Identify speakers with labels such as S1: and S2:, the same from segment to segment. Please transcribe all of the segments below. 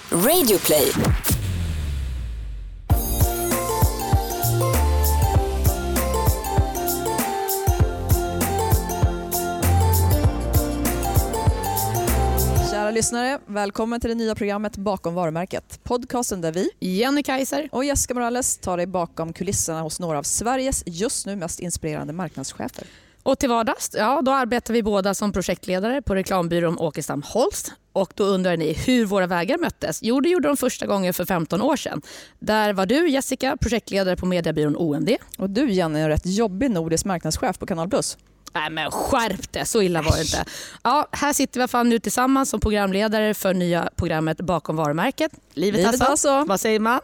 S1: Radioplay.
S2: Kära lyssnare, välkommen till det nya programmet Bakom varumärket. Podcasten där vi,
S3: Jenny Kaiser
S2: och Jessica Morales, tar dig bakom kulisserna hos några av Sveriges just nu mest inspirerande marknadschefer.
S3: Och till vardags, då arbetar vi båda som projektledare på reklambyrån Åkestam Holst. Och då undrar ni hur våra vägar möttes. Jo, det gjorde de första gången för 15 år sedan. Där var du, Jessica, projektledare på mediebyrån OMD.
S2: Och du, Jenny, är en rätt jobbig nordisk marknadschef på Kanal Plus.
S3: Nej, men skärp det, så illa var det inte. Ja, här sitter vi fan nu tillsammans som programledare för nya programmet Bakom varumärket. Livet alltså. Vad säger man?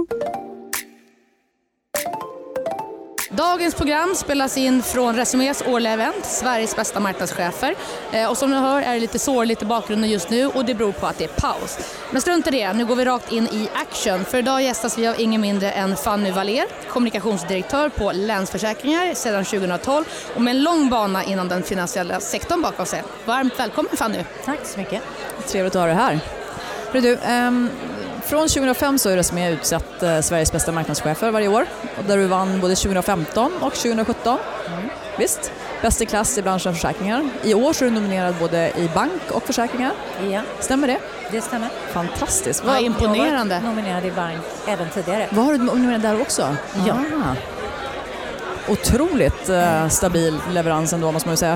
S3: Dagens program spelas in från Resumés årliga event, Sveriges bästa marknadschefer. Och som ni hör är det lite sorgligt i bakgrunden just nu och det beror på att det är paus. Men strunt i det, nu går vi rakt in i action. För idag gästas vi av ingen mindre än Fanny Waller, kommunikationsdirektör på Länsförsäkringar sedan 2012 och med en lång bana inom den finansiella sektorn bakom sig. Varmt välkommen Fanny.
S4: Tack så mycket.
S2: Trevligt att ha dig här. Du, från 2005 så är Resumé utsett Sveriges bästa marknadschefer varje år. Och där du vann både 2015 och 2017. Visst, bäst i klass i branschen försäkringar. I år så är du nominerad både i bank och försäkringar.
S4: Ja.
S2: Stämmer det?
S4: Det stämmer.
S2: Fantastiskt.
S3: Vad imponerande.
S4: Jag var nominerad i bank även tidigare.
S2: Vad har du nominerad där också?
S4: Ja.
S2: Otroligt stabil leverans ändå, måste man ju säga.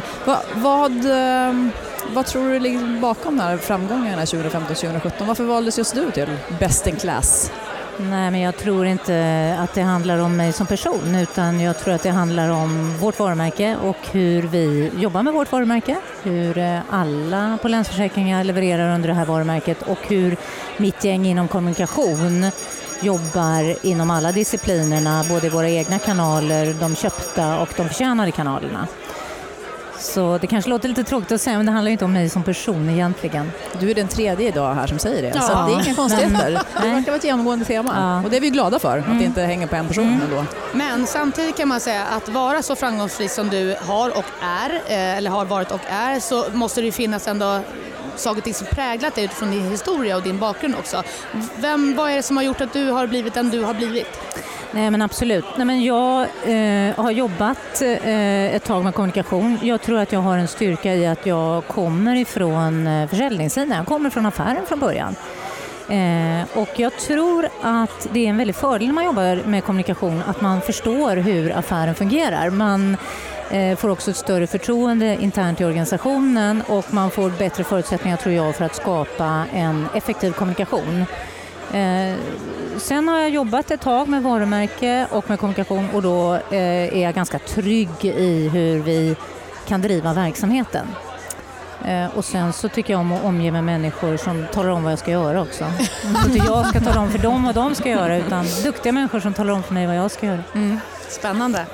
S2: Vad tror du ligger bakom den här framgångarna 2015-2017? Varför valdes just du till Best in Class?
S4: Nej, men jag tror inte att det handlar om mig som person, utan jag tror att det handlar om vårt varumärke och hur vi jobbar med vårt varumärke. Hur alla på Länsförsäkringar levererar under det här varumärket och hur mitt gäng inom kommunikation jobbar inom alla disciplinerna, både våra egna kanaler, de köpta och de förtjänade kanalerna. Så det kanske låter lite tråkigt att säga, men det handlar ju inte om mig som person egentligen.
S2: Du är den tredje idag här som säger det,
S4: ja,
S2: så det är inga konstigheter. Det verkar vara ett genomgående tema.
S4: Ja.
S2: Och det är vi glada för, att det inte hänger på en person ändå.
S3: Men samtidigt kan man säga att vara så framgångsrik som du har och är, eller har varit och är, så måste det ju finnas ändå saker och ting som präglat dig utifrån din historia och din bakgrund också. Vad är det som har gjort att du har blivit den du har blivit?
S4: Nej, men absolut. Nej, men jag har jobbat ett tag med kommunikation. Jag tror att jag har en styrka i att jag kommer ifrån försäljningssidan. Jag kommer från affären från början. Och jag tror att det är en väldigt fördel när man jobbar med kommunikation att man förstår hur affären fungerar. Man får också ett större förtroende internt i organisationen och man får bättre förutsättningar, tror jag, för att skapa en effektiv kommunikation. Sen har jag jobbat ett tag med varumärke och med kommunikation och då är jag ganska trygg i hur vi kan driva verksamheten. Och sen så tycker jag om att omge med människor som talar om vad jag ska göra också. Så inte jag ska tala om för dem vad de ska göra, utan duktiga människor som talar om för mig vad jag ska göra.
S3: Spännande.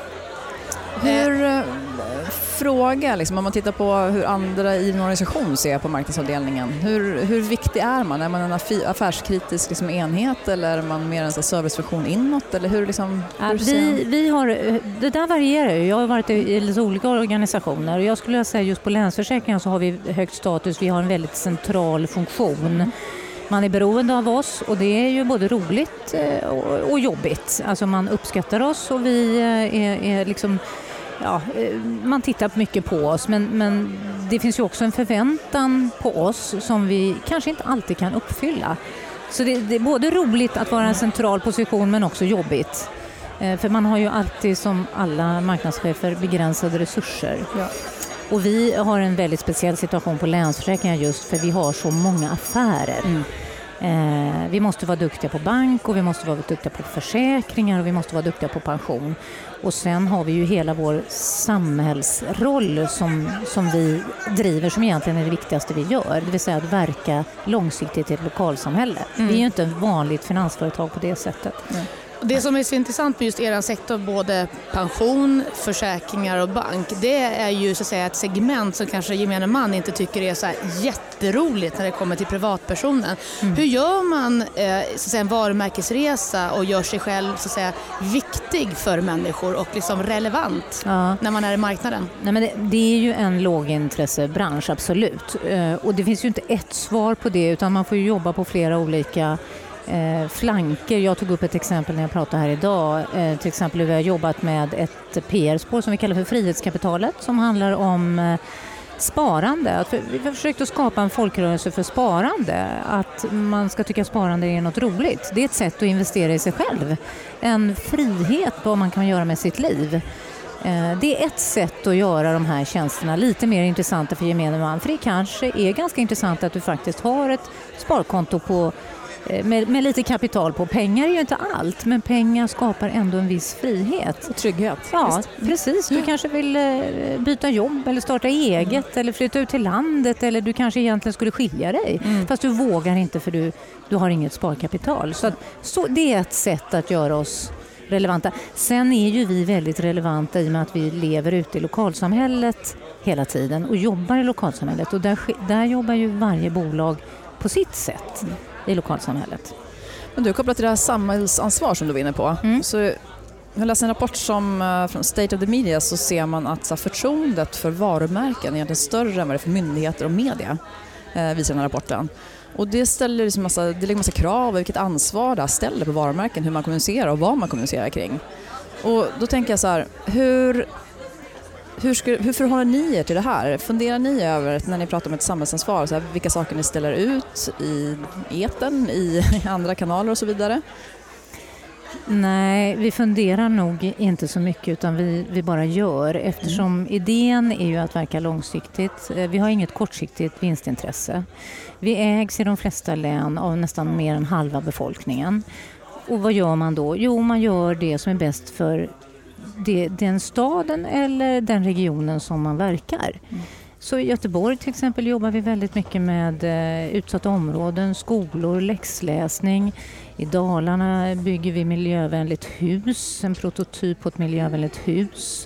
S2: Fråga, liksom, om man tittar på hur andra i en organisation ser på marknadsavdelningen. Hur viktig är man? Är man en affärskritisk liksom, enhet eller är man mer en servicefunktion inåt? Eller hur, liksom,
S4: vi har, det där varierar ju. Jag har varit i lite olika organisationer och jag skulle säga just på Länsförsäkringar så har vi högt status. Vi har en väldigt central funktion. Man är beroende av oss och det är ju både roligt och jobbigt. Alltså man uppskattar oss och vi är liksom... Ja, man tittar mycket på oss men det finns ju också en förväntan på oss som vi kanske inte alltid kan uppfylla. Så det är både roligt att vara en central position men också jobbigt. För man har ju alltid som alla marknadschefer begränsade resurser. Ja. Och vi har en väldigt speciell situation på Länsförsäkringar just för vi har så många affärer. Vi måste vara duktiga på bank och vi måste vara duktiga på försäkringar och vi måste vara duktiga på pension. Och sen har vi ju hela vår samhällsroll som vi driver som egentligen är det viktigaste vi gör. Det vill säga att verka långsiktigt i ett lokalsamhälle. Vi är ju inte ett vanligt finansföretag på det sättet.
S3: Det som är så intressant med just er sektor, både pension, försäkringar och bank, det är ju så att säga ett segment som kanske gemene man inte tycker är så här jätteroligt när det kommer till privatpersonen. Hur gör man så att säga, en varumärkesresa och gör sig själv så att säga, viktig för människor och liksom relevant när man är i marknaden?
S4: Nej, men det är ju en lågintressebransch, absolut. Och det finns ju inte ett svar på det, utan man får ju jobba på flera olika flanker. Jag tog upp ett exempel när jag pratade här idag. Till exempel vi har jobbat med ett PR-spår som vi kallar för frihetskapitalet, som handlar om sparande. Vi har försökt att skapa en folkrörelse för sparande. Att man ska tycka sparande är något roligt. Det är ett sätt att investera i sig själv. En frihet på vad man kan göra med sitt liv. Det är ett sätt att göra de här tjänsterna lite mer intressanta för gemene man. För det kanske är ganska intressant att du faktiskt har ett sparkonto på med lite kapital på. Pengar är ju inte allt, men pengar skapar ändå en viss frihet.
S2: Och trygghet.
S4: Ja,
S2: visst.
S4: Precis. Du kanske vill byta jobb eller starta eget eller flytta ut till landet, eller du kanske egentligen skulle skilja dig. Fast du vågar inte för du har inget sparkapital. Så det är ett sätt att göra oss relevanta. Sen är ju vi väldigt relevanta i och med att vi lever ute i lokalsamhället hela tiden och jobbar i lokalsamhället. Och där jobbar ju varje bolag på sitt sätt i lokalsamhället.
S2: Men du, kopplat till det här samhällsansvar som du var inne på. Så jag läste en rapport från State of the Media, så ser man att förtroendet för varumärken är egentligen större än vad det är för myndigheter och media, visar den här rapporten. Och det ställer liksom det lägger massa krav, vilket ansvar det ställer på varumärken, hur man kommunicerar och vad man kommunicerar kring. Och då tänker jag så här, hur förhåller ni er till det här? Funderar ni över, när ni pratar om ett samhällsansvar, så här, vilka saker ni ställer ut i etern, i andra kanaler och så vidare?
S4: Nej, vi funderar nog inte så mycket, utan vi bara gör, eftersom idén är ju att verka långsiktigt. Vi har inget kortsiktigt vinstintresse. Vi ägs i de flesta län av nästan mer än halva befolkningen. Och vad gör man då? Jo, man gör det som är bäst för den staden eller den regionen som man verkar. Så i Göteborg till exempel jobbar vi väldigt mycket med utsatta områden, skolor, läxläsning. I Dalarna bygger vi miljövänligt hus, en prototyp på ett miljövänligt hus.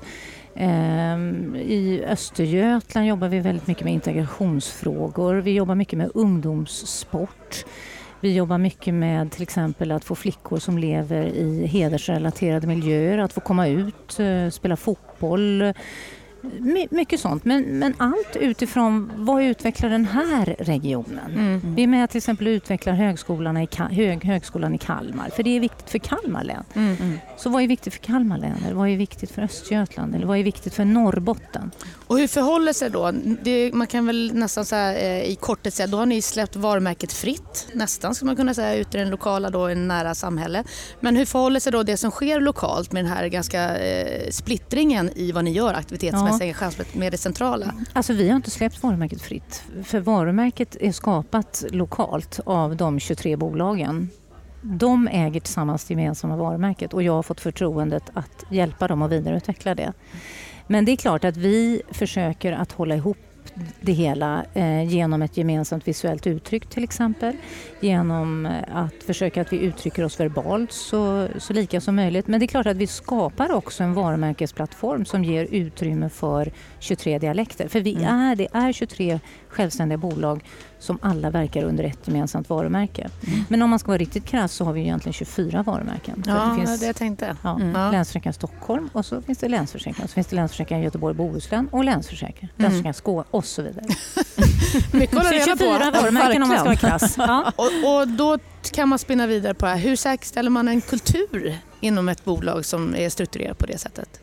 S4: I Östergötland jobbar vi väldigt mycket med integrationsfrågor. Vi jobbar mycket med ungdomssport. Vi jobbar mycket med till exempel att få flickor som lever i hedersrelaterade miljöer att få komma ut, spela fotboll. Mycket sånt, men allt utifrån vad utvecklar den här regionen. Vi är med till exempel och utvecklar högskolan i Kalmar, för det är viktigt för Kalmar län. Så vad är viktigt för Kalmar län, eller vad är viktigt för Östergötland, eller vad är viktigt för Norrbotten?
S3: Och hur förhåller sig då? Man kan väl nästan säga i korthet säga, då har ni släppt varumärket fritt, nästan ska man kunna säga, ut i den lokala då, i nära samhälle. Men hur förhåller sig då det som sker lokalt med den här ganska splittringen i vad ni gör aktivitetsmässigt? Med det centrala.
S4: Alltså vi har inte släppt varumärket fritt. För varumärket är skapat lokalt av de 23 bolagen. De äger tillsammans gemensamma varumärket och jag har fått förtroendet att hjälpa dem att vidareutveckla det. Men det är klart att vi försöker att hålla ihop det hela genom ett gemensamt visuellt uttryck till exempel. Genom att försöka att vi uttrycker oss verbalt så lika som möjligt. Men det är klart att vi skapar också en varumärkesplattform som ger utrymme för 23 dialekter. För det är 23 självständiga bolag som alla verkar under ett gemensamt varumärke. Men om man ska vara riktigt krass så har vi egentligen 24 varumärken.
S3: Ja,
S4: det finns,
S3: det jag tänkte.
S4: Länsförsäkringen Stockholm och så finns det Länsförsäkringen. Så finns det Länsförsäkringen Göteborg Bohuslän och Länsförsäkringen. Länsförsäkringen Skåne och så vidare.
S3: Mycket att reda på.
S4: 24 varumärken om man ska vara krass. Ja.
S3: Och då kan man spinna vidare på det här. Hur säkerställer man en kultur inom ett bolag som är strukturerat på det sättet?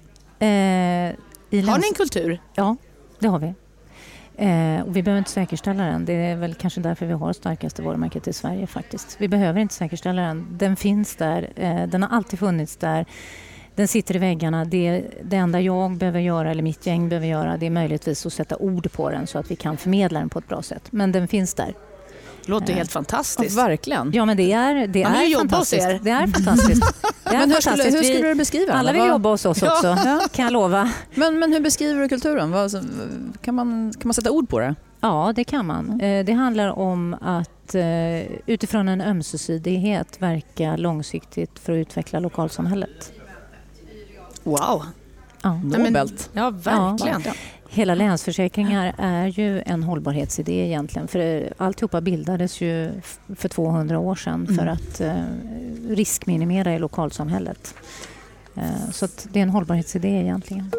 S3: Har ni en kultur?
S4: Ja, det har vi. Och vi behöver inte säkerställa den. Det är väl kanske därför vi har starkaste varumärket i Sverige faktiskt. Vi behöver inte säkerställa den. Den finns där. Den har alltid funnits där. Den sitter i väggarna. Det enda jag behöver göra, eller mitt gäng behöver göra, det är möjligtvis att sätta ord på den så att vi kan förmedla den på ett bra sätt. Men den finns där.
S3: Det låter helt fantastiskt.
S2: Ja, verkligen.
S4: Ja, men det är fantastiskt. Det är fantastiskt.
S2: Men hur skulle du beskriva den?
S4: Alla vill jobba hos oss också, kan jag lova.
S2: Men hur beskriver du kulturen? Kan man sätta ord på det?
S4: Ja, det kan man. Det handlar om att att utifrån en ömsesidighet verka långsiktigt för att utveckla lokalsamhället.
S3: Wow!
S4: Ja.
S2: Nobelt.
S3: Ja, verkligen.
S2: Ja.
S4: Hela Länsförsäkringar är ju en hållbarhetsidé egentligen. För alltihopa bildades ju för 200 år sedan för att riskminimera i lokalsamhället. Så att det är en hållbarhetsidé egentligen.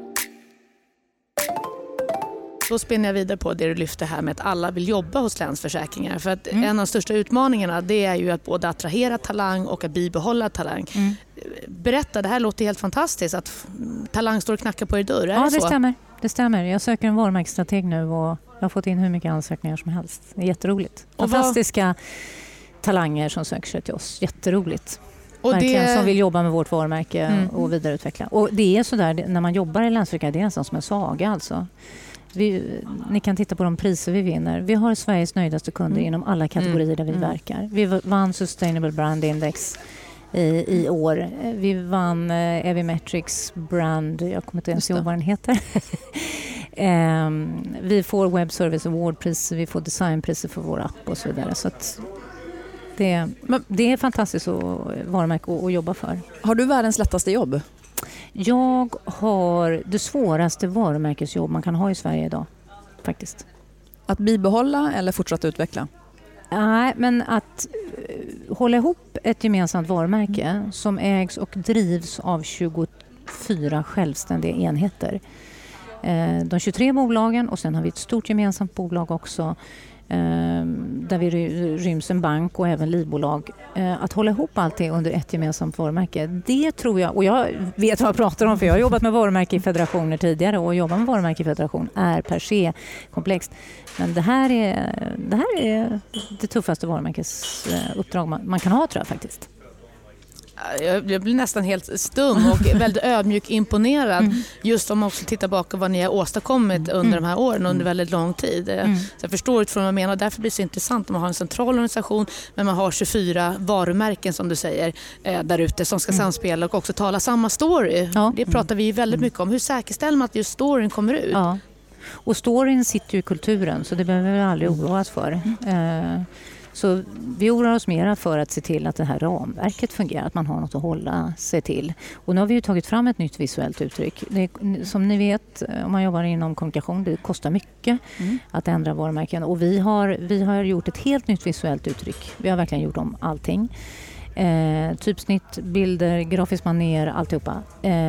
S3: Då spinner jag vidare på det du lyfter här med att alla vill jobba hos Länsförsäkringar. För att en av de största utmaningarna det är ju att både attrahera talang och att bibehålla talang. Berätta, det här låter helt fantastiskt att talang står och knackar på er dörr.
S4: Ja, det stämmer. Det stämmer. Jag söker en varumärkesstrateg nu och jag har fått in hur mycket ansökningar som helst. Det är jätteroligt. Fantastiska talanger som söker sig till oss. Jätteroligt. Och verkligen, som vill jobba med vårt varumärke och vidareutveckla. Och det är så där, när man jobbar i Länsförsäkringar, det är nästan som en saga alltså. Ni kan titta på de priser vi vinner. Vi har Sveriges nöjdaste kunder inom alla kategorier där vi verkar. Vi vann Sustainable Brand Index i år. Vi vann Evimetrics Brand, jag kommer inte ens ihåg vad den heter. Vi får Web Service Award-priser, vi får designpriser för vår app och så vidare. Så att det är fantastiskt varumärke att jobba för.
S2: Har du världens lättaste jobb?
S4: Jag har det svåraste varumärkesjobb man kan ha i Sverige idag, faktiskt.
S2: Att bibehålla eller fortsätta utveckla?
S4: Nej, men att hålla ihop ett gemensamt varumärke som ägs och drivs av 24 självständiga enheter. De 23 bolagen och sen har vi ett stort gemensamt bolag också där vi ryms en bank och även livbolag. Att hålla ihop allt det under ett gemensamt varumärke, det tror jag, och jag vet vad jag pratar om för jag har jobbat med varumärke i federationer tidigare och jobba med varumärke i federation är per se komplext. Men det här är det tuffaste varumärkesuppdrag man kan ha, tror jag faktiskt.
S3: Jag blir nästan helt stum och väldigt ödmjuk imponerad just om man också tittar bak vad ni har åstadkommit under de här åren under väldigt lång tid. Så jag förstår utifrån vad jag menar och därför blir det så intressant om man har en central organisation men man har 24 varumärken som du säger där ute som ska samspela och också tala samma story. Ja. Det pratar vi väldigt mycket om. Hur säkerställer man att just storyn kommer ut?
S4: Ja. Och storyn sitter ju i kulturen så det behöver vi aldrig oroas för. Så vi oroar oss mera för att se till att det här ramverket fungerar, att man har något att hålla sig till. Och nu har vi ju tagit fram ett nytt visuellt uttryck. Som ni vet, om man jobbar inom kommunikation, det kostar mycket att ändra varumärken. Och vi har gjort ett helt nytt visuellt uttryck. Vi har verkligen gjort om allting. Typsnitt, bilder, grafisk manér, alltihopa.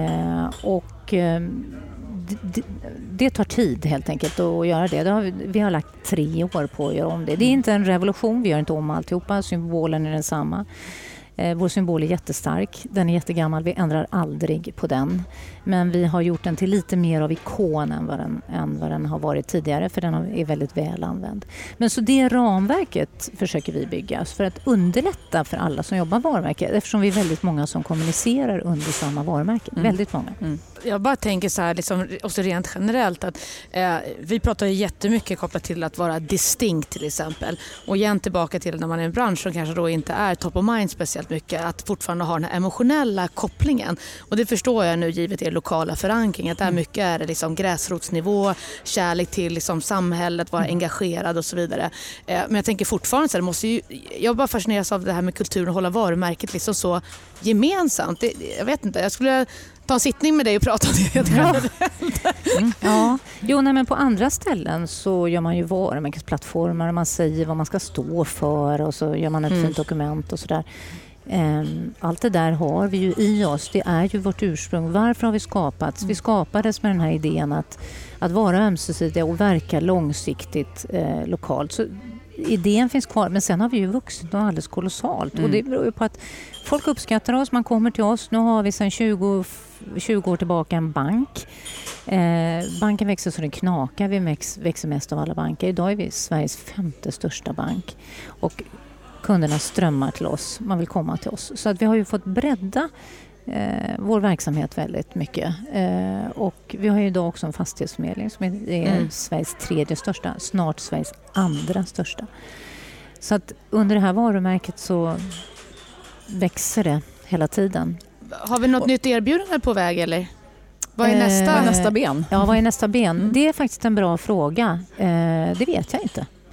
S4: Det tar tid helt enkelt att göra det. Vi har lagt 3 år på att göra om det. Det är inte en revolution, vi gör inte om alltihopa. Symbolen är densamma. Vår symbol är jättestark, den är jättegammal, vi ändrar aldrig på den. Men vi har gjort den till lite mer av ikon än vad den har varit tidigare för den är väldigt väl använd. Men så det ramverket försöker vi bygga för att underlätta för alla som jobbar varumärke eftersom vi är väldigt många som kommunicerar under samma varumärke. Väldigt många.
S3: Jag bara tänker så här, liksom, också rent generellt att vi pratar ju jättemycket kopplat till att vara distinkt till exempel. Och igen tillbaka till när man är en bransch som kanske då inte är top of mind speciellt mycket, att fortfarande ha den här emotionella kopplingen. Och det förstår jag nu givet er lokala förankring, att där mycket är det liksom gräsrotsnivå, kärlek till liksom samhället, vara engagerad och så vidare. Men jag tänker fortfarande så här, jag bara fascineras av det här med kulturen och hålla varumärket liksom så gemensamt. Jag vet inte, jag skulle ta en sittning med dig och prata om det.
S4: Men på andra ställen så gör man ju varumärkesplattformar och man säger vad man ska stå för och så gör man ett fint dokument och sådär. Allt det där har vi ju i oss. Det är ju vårt ursprung. Varför har vi skapats? Vi skapades med den här idén att vara ömsesidiga och verka långsiktigt lokalt. Så idén finns kvar, men sen har vi ju vuxit alldeles kolossalt. Och det beror ju på att folk uppskattar oss, man kommer till oss. Nu har vi sedan 20 år tillbaka en bank. Banken växer så det knakar. Vi växer mest av alla banker. Idag är vi Sveriges 5:e största bank. Och kunderna strömmar till oss. Man vill komma till oss. Så att vi har ju fått bredda vår verksamhet väldigt mycket. Och vi har ju idag också en fastighetsförmedling som är Sveriges 3:e största. Snart Sveriges 2:a största. Så att under det här varumärket så växer det hela tiden.
S3: Har vi något nytt erbjudande på väg eller? Vad är nästa ben?
S4: Ja, vad är nästa ben? Det är faktiskt en bra fråga. Det vet jag inte.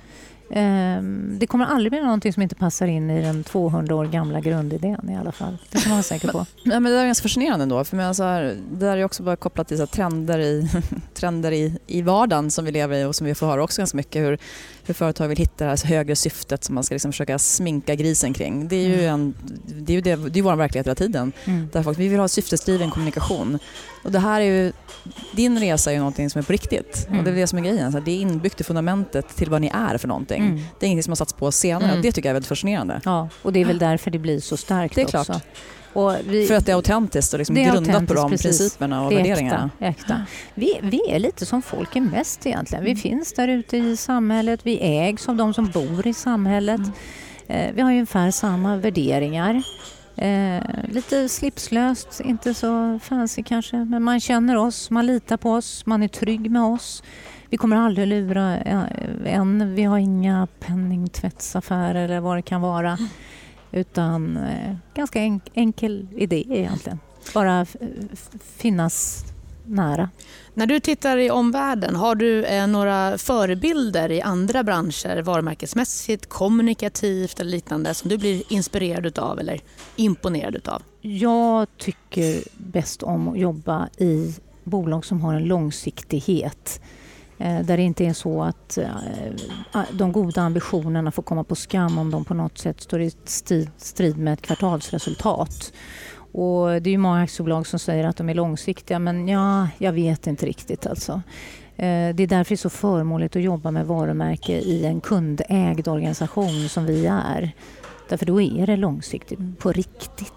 S4: Det kommer aldrig bli någonting som inte passar in i den 200 år gamla grundidén i alla fall. Det kan man vara säker på.
S2: Men det där är ganska fascinerande ändå. För det där är också bara kopplat till så här trender i vardagen som vi lever i och som vi får höra också ganska mycket. Hur företag vill hitta det här högre syftet som man ska liksom försöka sminka grisen kring. Det är ju vår verklighet hela tiden. Därför att vi vill ha syftesdriven kommunikation. Och det här är ju, din resa är ju någonting som är på riktigt. Och det är det som är grejen. Så det är inbyggt i fundamentet till vad ni är för någonting. Det är ingenting som har satts på senare. Och det tycker jag är väldigt fascinerande.
S4: Ja, och det är väl därför det blir så starkt
S2: det är
S4: också.
S2: Klart.
S4: Och
S2: för att det är autentiskt och liksom grundat på de principerna och värderingarna.
S4: Äkta. Vi är lite som folk är mest egentligen. Vi finns där ute i samhället. Vi ägs av de som bor i samhället. Vi har ju ungefär samma värderingar. Lite slipslöst, inte så fancy kanske. Men man känner oss, man litar på oss, man är trygg med oss. Vi kommer aldrig lura än. Vi har inga penningtvättsaffärer eller vad det kan vara. Utan ganska enkel idé egentligen. Bara finnas nära.
S3: När du tittar i omvärlden, har du några förebilder i andra branscher, varumärkesmässigt, kommunikativt eller liknande, som du blir inspirerad utav eller imponerad utav?
S4: Jag tycker bäst om att jobba i bolag som har en långsiktighet. Där det inte är så att de goda ambitionerna får komma på skam om de på något sätt står i strid med ett kvartalsresultat. Och det är ju många aktiebolag som säger att de är långsiktiga, men jag vet inte riktigt alltså. Det är därför det är så förmånligt att jobba med varumärke i en kundägd organisation som vi är. Därför då är det långsiktigt på riktigt.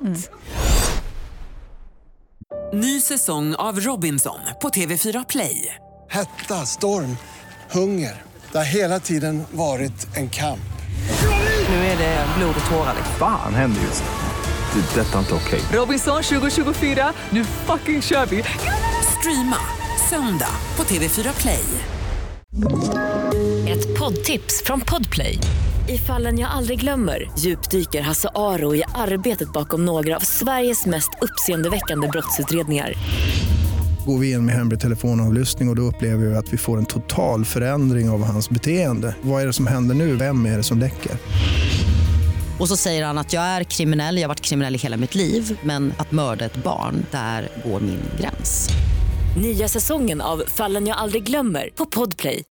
S1: Ny säsong av Robinson på TV4 Play.
S5: Hetta, storm, hunger. Det har hela tiden varit en kamp.
S1: Nu är det blod och tårar.
S6: Fan händer just nu. Det är detta inte okej.
S1: Robinson 2024, nu fucking kör vi. Streama söndag på TV4 Play.
S7: Ett poddtips från Podplay. I Fallen jag aldrig glömmer djupdyker Hasse Aro i arbetet bakom några av Sveriges mest uppseendeväckande brottsutredningar.
S8: Går vi in med hemlig telefonavlyssning och då upplever vi att vi får en total förändring av hans beteende. Vad är det som händer nu? Vem är det som läcker?
S9: Och så säger han att jag är kriminell, jag har varit kriminell i hela mitt liv. Men att mörda ett barn, där går min gräns.
S7: Nya säsongen av Fallen jag aldrig glömmer på Podplay.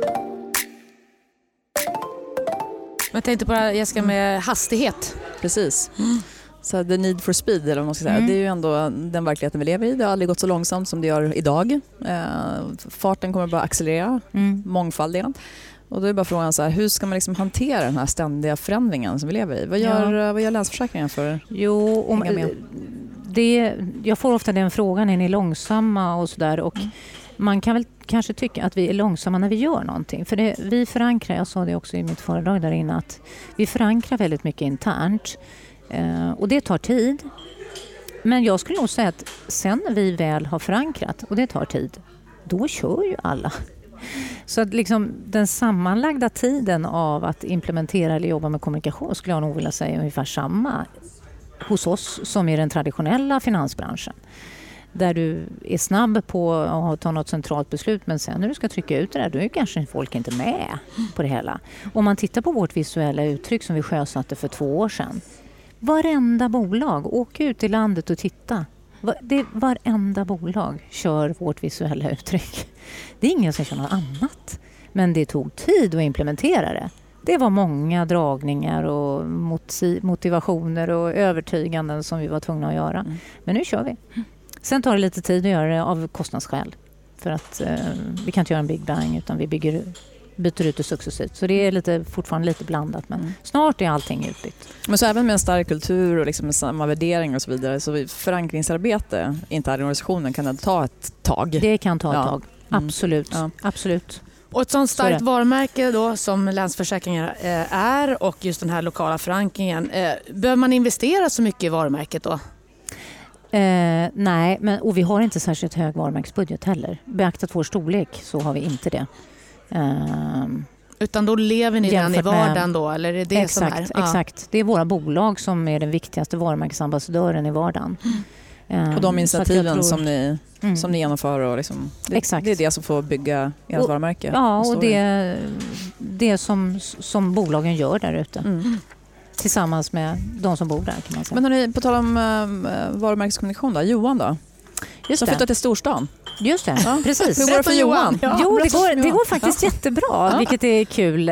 S3: Jag tänkte på Jessica med hastighet.
S2: Precis. Så the need for speed, eller vad man ska säga. Det är ju ändå den verkligheten vi lever i. Det har aldrig gått så långsamt som det gör idag. Farten kommer bara accelerera, mångfaldigen. Och då är bara frågan så här, hur ska man liksom hantera den här ständiga förändringen som vi lever i? Vad gör Länsförsäkringen för att hänga med?
S4: Jag får ofta den frågan, är ni långsamma och sådär. Och man kan väl kanske tycka att vi är långsamma när vi gör någonting. För vi förankrar, jag sa det också i mitt föredrag där inne, att vi förankrar väldigt mycket internt. Och det tar tid. Men jag skulle nog säga att sen när vi väl har förankrat, och det tar tid, då kör ju alla. Så att liksom den sammanlagda tiden av att implementera eller jobba med kommunikation skulle jag nog vilja säga ungefär samma hos oss som i den traditionella finansbranschen. Där du är snabb på att ta något centralt beslut, men sen när du ska trycka ut det där, då är kanske folk inte med på det hela. Om man tittar på vårt visuella uttryck som vi sjösatte för 2 år sedan. Varenda bolag, åk ut i landet och titta. Varenda bolag kör vårt visuella uttryck. Det är ingen som kör något annat. Men det tog tid att implementera det. Det var många dragningar och motivationer och övertyganden som vi var tvungna att göra. Men nu kör vi. Sen tar det lite tid att göra det av kostnadsskäl. För att vi kan inte göra en big bang, utan vi byter ut det successivt. Så det är fortfarande lite blandat, men snart är allting utbytt.
S2: Men så även med en stark kultur och liksom samma värderingar och så vidare, så förankringsarbete internt i organisationen kan det ta ett tag.
S4: Det kan ta ett tag, absolut. Ja. Absolut.
S3: Och ett sånt starkt varumärke då som Länsförsäkringar är, och just den här lokala förankringen, behöver man investera så mycket i varumärket då?
S4: Nej, och vi har inte särskilt hög varumärkesbudget heller. Beaktat vår storlek så har vi inte det.
S3: Utan då lever ni den i vardagen då, eller är det
S4: exakt,
S3: som är?
S4: Exakt, det är våra bolag som är den viktigaste varumärkesambassadören i vardagen.
S2: Och de initiativen som ni genomför och liksom, det är det som får bygga ert varumärke.
S4: Ja, och det som bolagen gör där ute. Tillsammans med de som bor där, kan man säga.
S2: Men hörni, på tal om varumärkeskommunikation då, Johan då? Som flyttat till storstan.
S4: Just det, ja. Precis.
S2: Hur går det för Johan?
S4: Ja. Jo, det går faktiskt jättebra, vilket är kul.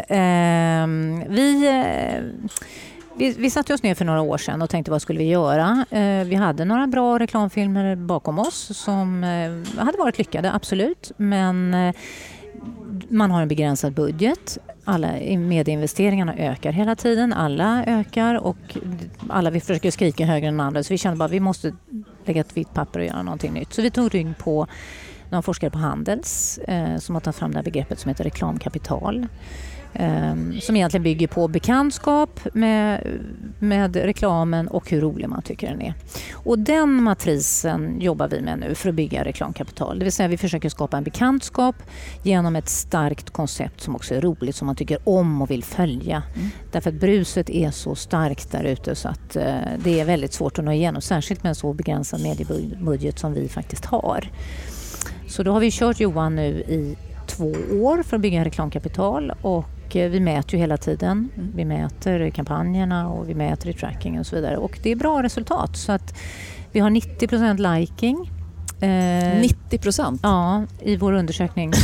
S4: Vi satte oss ner för några år sedan och tänkte vad skulle vi göra. Vi hade några bra reklamfilmer bakom oss som hade varit lyckade, absolut. Men man har en begränsad budget. Alla medieinvesteringarna ökar hela tiden. Alla ökar och alla vi försöker skrika högre än andra. Så vi kände bara att vi måste lägga ett vitt papper och göra någonting nytt. Så vi tog rygg på några forskare på Handels som har tagit fram det här begreppet som heter reklamkapital. Som egentligen bygger på bekantskap med reklamen och hur rolig man tycker den är. Och den matrisen jobbar vi med nu för att bygga reklamkapital. Det vill säga vi försöker skapa en bekantskap genom ett starkt koncept som också är roligt, som man tycker om och vill följa. Därför att bruset är så starkt där ute så att det är väldigt svårt att nå igenom, särskilt med en så begränsad mediebudget som vi faktiskt har. Så då har vi kört Johan nu i 2 år för att bygga reklamkapital och vi mäter ju hela tiden. Vi mäter kampanjerna och vi mäter i tracking och så vidare. Och det är bra resultat så att vi har 90% liking.
S2: 90%?
S4: Ja, i vår undersökning.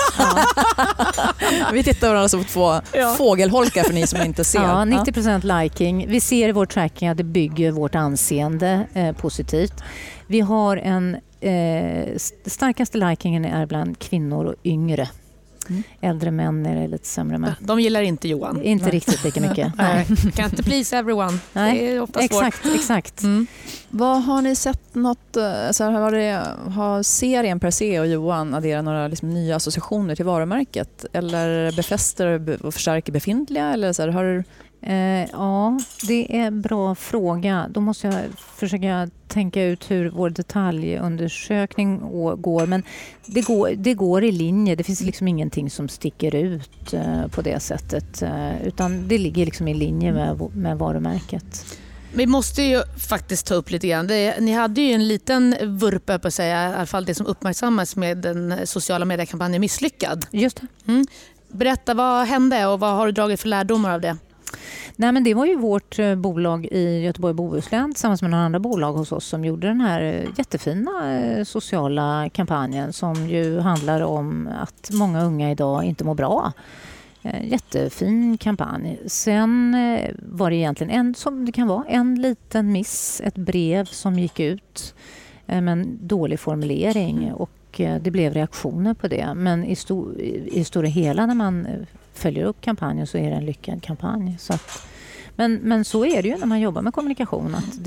S2: Vi tittar varandra som 2 fågelholkar för ni som inte ser.
S4: Ja, 90% liking. Vi ser i vår tracking att det bygger vårt anseende positivt. Vi har en starkaste likingen är bland kvinnor och yngre. Äldre män är lite sämre med.
S3: De gillar inte Johan.
S4: Inte riktigt lika mycket.
S3: Nej. Kan inte please everyone.
S4: Nej.
S3: Det är ofta svårt.
S4: Exakt.
S2: Vad har ni sett något, så här, har serien per se och Johan adderat några liksom nya associationer till varumärket? Eller befäster och förstärker befintliga? Eller så här, har
S4: ja, det är en bra fråga. Då måste jag försöka tänka ut hur vår detaljundersökning går. Men det går i linje. Det finns liksom ingenting som sticker ut på det sättet. Utan det ligger liksom i linje med varumärket.
S3: Vi måste ju faktiskt ta upp lite grann. Ni hade ju en liten vurpa på att säga, i alla fall det som uppmärksammas med den sociala mediekampanjen Misslyckad.
S4: Just det.
S3: Berätta, vad hände och vad har du dragit för lärdomar av det?
S4: Nej, men det var ju vårt bolag i Göteborg och Bohuslän tillsammans med några andra bolag hos oss som gjorde den här jättefina sociala kampanjen som ju handlar om att många unga idag inte mår bra. Jättefin kampanj. Sen var det egentligen en liten miss, ett brev som gick ut med en dålig formulering och det blev reaktioner på det. Men i stora hela när man följer upp kampanjen så är det en lyckad kampanj. Så att, men så är det ju när man jobbar med kommunikation. Att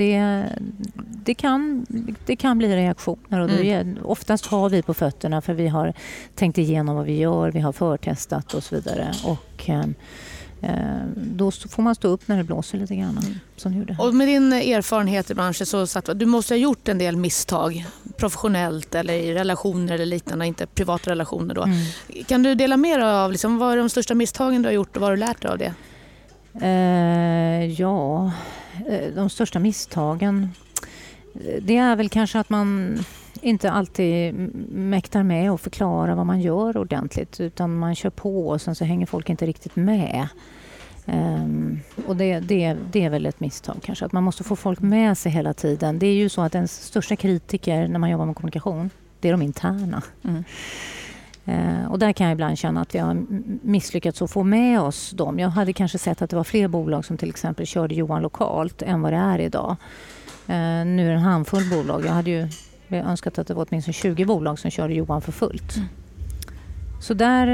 S4: det kan bli reaktioner och oftast har vi på fötterna för vi har tänkt igenom vad vi gör, vi har förtestat och så vidare. Och då får man stå upp när det blåser lite grann. Som gjorde.
S3: Och med din erfarenhet i branschen så att du måste ha gjort en del misstag professionellt eller i relationer eller liknande, inte privata relationer då. Kan du dela med dig av liksom, vad är de största misstagen du har gjort och vad har du lärt dig av det?
S4: De största misstagen det är väl kanske att man inte alltid mäktar med och förklara vad man gör ordentligt utan man kör på och sen så hänger folk inte riktigt med. Och det är väl ett misstag kanske, att man måste få folk med sig hela tiden. Det är ju så att den största kritiker när man jobbar med kommunikation, det är de interna. Och där kan jag ibland känna att vi har misslyckats att få med oss dem. Jag hade kanske sett att det var fler bolag som till exempel körde Johan lokalt än vad det är idag. Nu är det en handfull bolag. Jag hade ju önskat att det var åtminstone 20 bolag som körde Johan för fullt. Så där,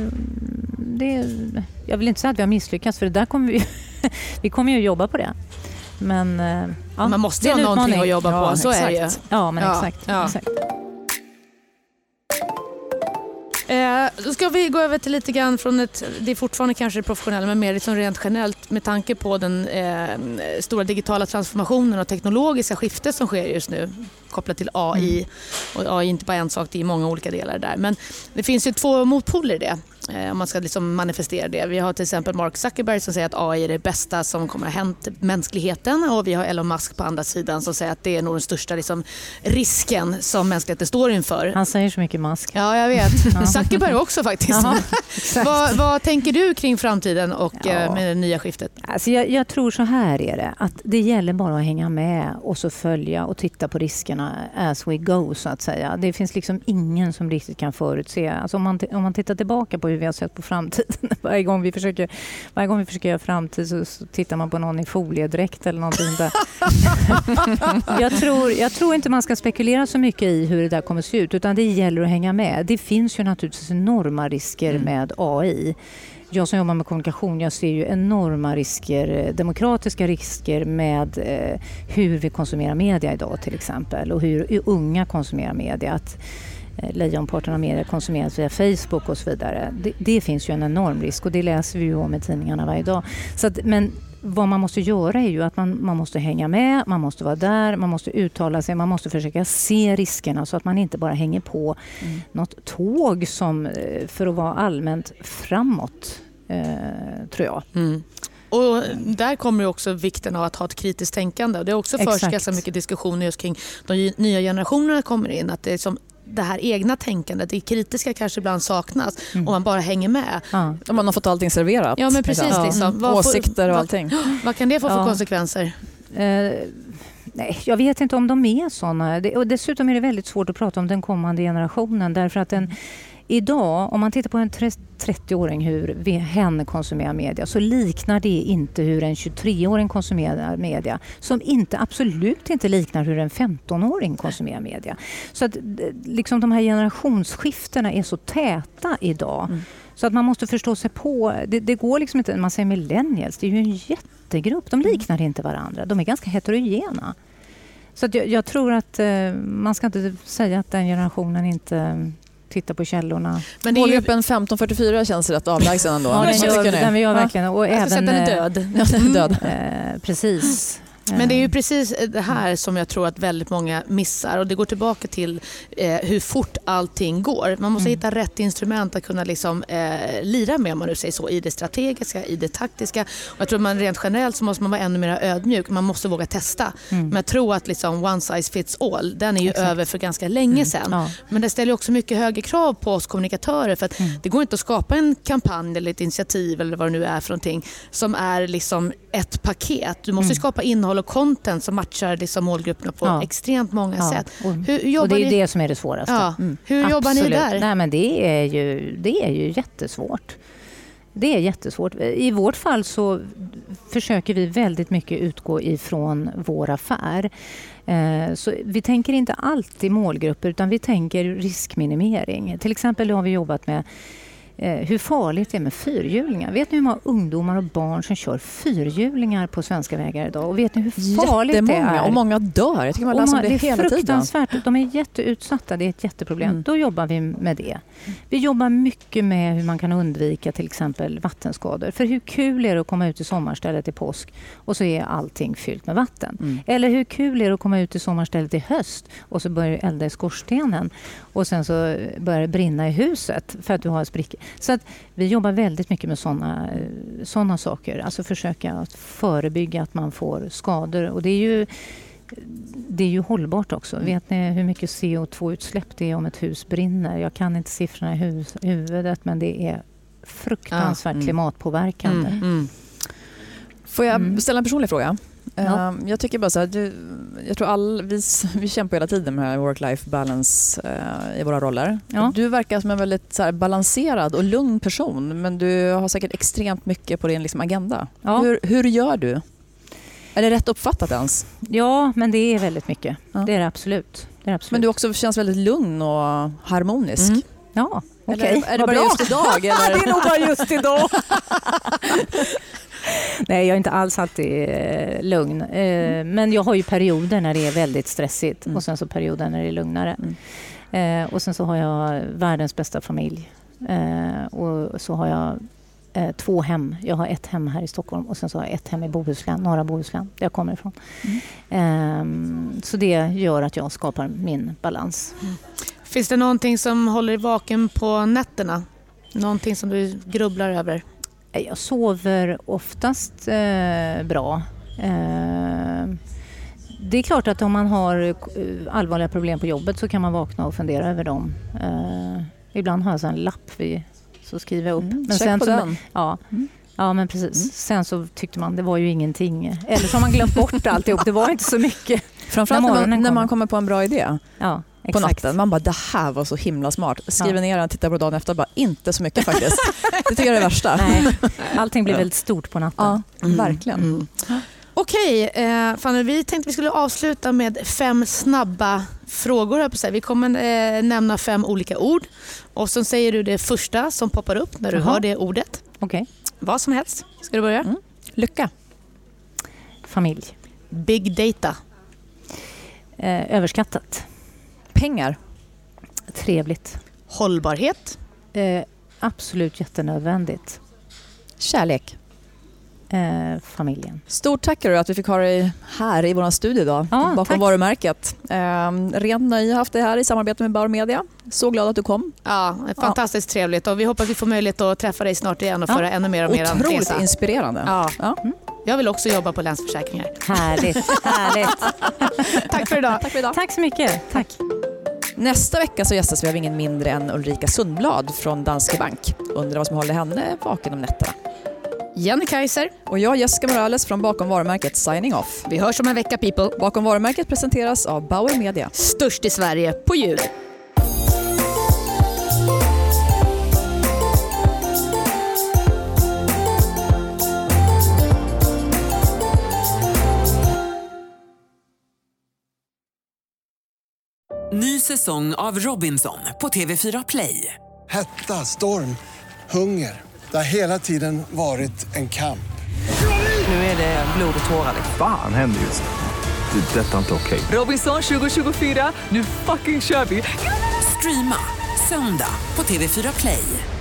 S4: jag vill inte säga att vi har misslyckats för det där kommer vi kommer ju jobba på det. Men ja,
S3: man måste ha någonting att jobba på, så
S4: exakt.
S3: är det ju.
S4: Ja, men exakt.
S3: Ska vi gå över till lite grann från det är fortfarande kanske det professionella, men mer liksom rent generellt med tanke på den stora digitala transformationen och teknologiska skiftet som sker just nu kopplat till AI. Och AI är inte bara en sak, det är många olika delar där. Men det finns ju 2 motpoler i det. Om man ska liksom manifestera det. Vi har till exempel Mark Zuckerberg som säger att AI är det bästa som kommer att hända mänskligheten, och vi har Elon Musk på andra sidan som säger att det är nog den största liksom risken som mänskligheten står inför.
S4: Han säger så mycket Musk.
S3: Ja, jag vet. Zuckerberg också faktiskt. Vad tänker du kring framtiden och med det nya skiftet?
S4: Alltså jag tror så här är det, att det gäller bara att hänga med och så följa och titta på riskerna as we go, så att säga. Det finns liksom ingen som riktigt kan förutse. Alltså om man tittar tillbaka på hur vi har sett på framtiden. Varje gång vi försöker göra framtid så tittar man på någon i foliedräkt eller någonting där. jag tror inte man ska spekulera så mycket i hur det där kommer att se ut, utan det gäller att hänga med. Det finns ju naturligtvis enorma risker med AI. Jag som jobbar med kommunikation, jag ser ju enorma risker, demokratiska risker med hur vi konsumerar media idag till exempel, och hur unga konsumerar media. Att lejonparten av media konsumeras via Facebook och så vidare. Det finns ju en enorm risk, och det läser vi ju om i tidningarna varje dag. Så att, men vad man måste göra är ju att man måste hänga med, man måste vara där, man måste uttala sig, man måste försöka se riskerna så att man inte bara hänger på något tåg som för att vara allmänt framåt, tror jag.
S3: Och där kommer ju också vikten av att ha ett kritiskt tänkande. Och det är också först så mycket diskussioner just kring de nya generationerna kommer in, att det är som det här egna tänkandet, det kritiska kanske ibland saknas om man bara hänger med.
S2: Om man har fått allting serverat.
S3: Ja, men precis. Liksom.
S2: Åsikter och allting.
S3: Vad kan det få för konsekvenser?
S4: Nej, jag vet inte om de är sådana. Och dessutom är det väldigt svårt att prata om den kommande generationen, därför att idag, om man tittar på en 30-åring hur hen konsumerar media, så liknar det inte hur en 23-åring konsumerar media, som absolut inte liknar hur en 15-åring konsumerar media. Så att liksom de här generationsskiftena är så täta idag. Så att man måste förstå sig på, det går liksom inte, man säger millennials, det är ju en jättegrupp, de liknar inte varandra, de är ganska heterogena. Så att jag tror att man ska inte säga att den generationen inte titta på källorna.
S2: Men målgruppen 15-44 känns rätt avlägsen ändå.
S4: Ja, den gör verkligen. Och även,
S3: den är död.
S4: död. Precis.
S3: Men det är ju precis det här som jag tror att väldigt många missar, och det går tillbaka till hur fort allting går. Man måste hitta rätt instrument att kunna liksom, lira med, om man nu säger så, i det strategiska, i det taktiska. Och jag tror att man rent generellt så måste man vara ännu mer ödmjuk. Man måste våga testa. Men jag tror att liksom one size fits all, den är ju över för ganska länge sedan. Ja. Men det ställer också mycket högre krav på oss kommunikatörer, för att det går inte att skapa en kampanj eller ett initiativ eller vad det nu är för någonting som är liksom ett paket. Du måste skapa innehåll och content som matchar liksom målgrupperna på extremt många sätt.
S4: Och det är det som är det svåraste.
S3: Ja. Hur jobbar ni där?
S4: Nej, men det är ju jättesvårt. Det är jättesvårt. I vårt fall så försöker vi väldigt mycket utgå ifrån vår affär. Så vi tänker inte alltid målgrupper, utan vi tänker riskminimering. Till exempel har vi jobbat med hur farligt det är med fyrhjulingar. Vet ni hur många ungdomar och barn som kör fyrhjulingar på svenska vägar idag? Och vet ni hur farligt det är?
S2: Och många dör. Jag tycker man läser om det hela tiden.
S4: Det är fruktansvärt. De är jätteutsatta. Det är ett jätteproblem. Då jobbar vi med det. Vi jobbar mycket med hur man kan undvika till exempel vattenskador. För hur kul är det att komma ut i sommarstället i påsk och så är allting fyllt med vatten? Eller hur kul är det att komma ut i sommarstället i höst och så börjar det elda i skorstenen och sen så börjar det brinna i huset för att du har sprickor. Så att vi jobbar väldigt mycket med såna saker. Alltså försöka att förebygga att man får skador. Och det är ju hållbart också. Vet ni hur mycket CO2-utsläpp det är om ett hus brinner? Jag kan inte siffrorna i huvudet, men det är fruktansvärt klimatpåverkande.
S2: Får jag ställa en personlig fråga? Ja. Jag tycker bara så här, jag tror vi kämpar hela tiden med work-life balance i våra roller. Ja. Du verkar som en väldigt så här, balanserad och lugn person, men du har säkert extremt mycket på din liksom, agenda. Ja. Hur gör du? Är det rätt uppfattat ens?
S4: Ja, men det är väldigt mycket. Ja. Det är det absolut.
S2: Men du också känns väldigt lugn och harmonisk.
S4: Ja, okej.
S2: Är det bara just idag? Eller?
S4: Det är nog bara just idag. Nej, jag är inte alls alltid lugn. Men jag har ju perioder när det är väldigt stressigt och sen så perioder när det är lugnare. Och sen så har jag världens bästa familj Och så har jag 2 hem. Jag har ett hem här i Stockholm och sen så har jag ett hem i Bohuslän, norra Bohuslän, där jag kommer ifrån. Så det gör att jag skapar min balans.
S3: Finns det någonting som håller dig vaken på nätterna? Någonting som du grubblar över?
S4: Jag sover oftast bra. Det är klart att om man har allvarliga problem på jobbet så kan man vakna och fundera över dem. Ibland har jag så en lapp så skriver jag upp. Men sen
S2: på den.
S4: Ja, men precis. Sen så tyckte man det var ju ingenting. Eller så har man glömt bort alltihop. Det var inte så mycket.
S2: Framförallt när man kommer på en bra idé.
S4: Ja,
S2: på natten. Man bara, det här var så himla smart. Skriver ner den, tittar på dagen efter, bara inte så mycket faktiskt. Det tycker jag är det värsta.
S4: Nej, allting blir väldigt stort på natten.
S2: Ja, verkligen.
S3: Okej, Fanny, vi tänkte vi skulle avsluta med 5 snabba frågor. Vi kommer nämna 5 olika ord. Och så säger du det första som poppar upp när du hör det ordet.
S4: Okej.
S3: Vad som helst. Ska du börja?
S2: Lycka.
S4: Familj.
S3: Big data.
S4: Överskattat.
S2: Pengar.
S4: Trevligt.
S3: Hållbarhet.
S4: Absolut jättenödvändigt.
S2: Kärlek.
S4: Familjen.
S2: Stort tack för att vi fick ha dig här i vår studio idag, bakom varumärket. Rent nöje att ha haft dig här i samarbete med Bauer Media. Så glad att du kom.
S3: Ja, fantastiskt trevligt och vi hoppas vi får möjlighet att träffa dig snart igen och föra ännu mer om er resa.
S2: Otroligt inspirerande.
S3: Ja. Jag vill också jobba på Länsförsäkringar.
S4: Härligt, härligt.
S3: Tack för idag.
S4: Tack så mycket. Tack.
S2: Nästa vecka så gästas vi av ingen mindre än Ulrika Sundblad från Danske Bank. Undrar vad som håller henne vaken om nätterna.
S3: Jenny Kaiser.
S2: Och jag, Jessica Morales från Bakom varumärket, signing off.
S3: Vi hörs om en vecka, people.
S2: Bakom varumärket presenteras av Bauer Media.
S3: Störst i Sverige på ljud.
S1: Ny säsong av Robinson på TV4 Play.
S5: Hetta, storm, hunger. Det har hela tiden varit en kamp.
S1: Nu är det blod och tårar.
S6: Fan händer just det. Det är detta inte okej.
S1: Robinson 2024, nu fucking kör vi. Streama söndag på TV4 Play.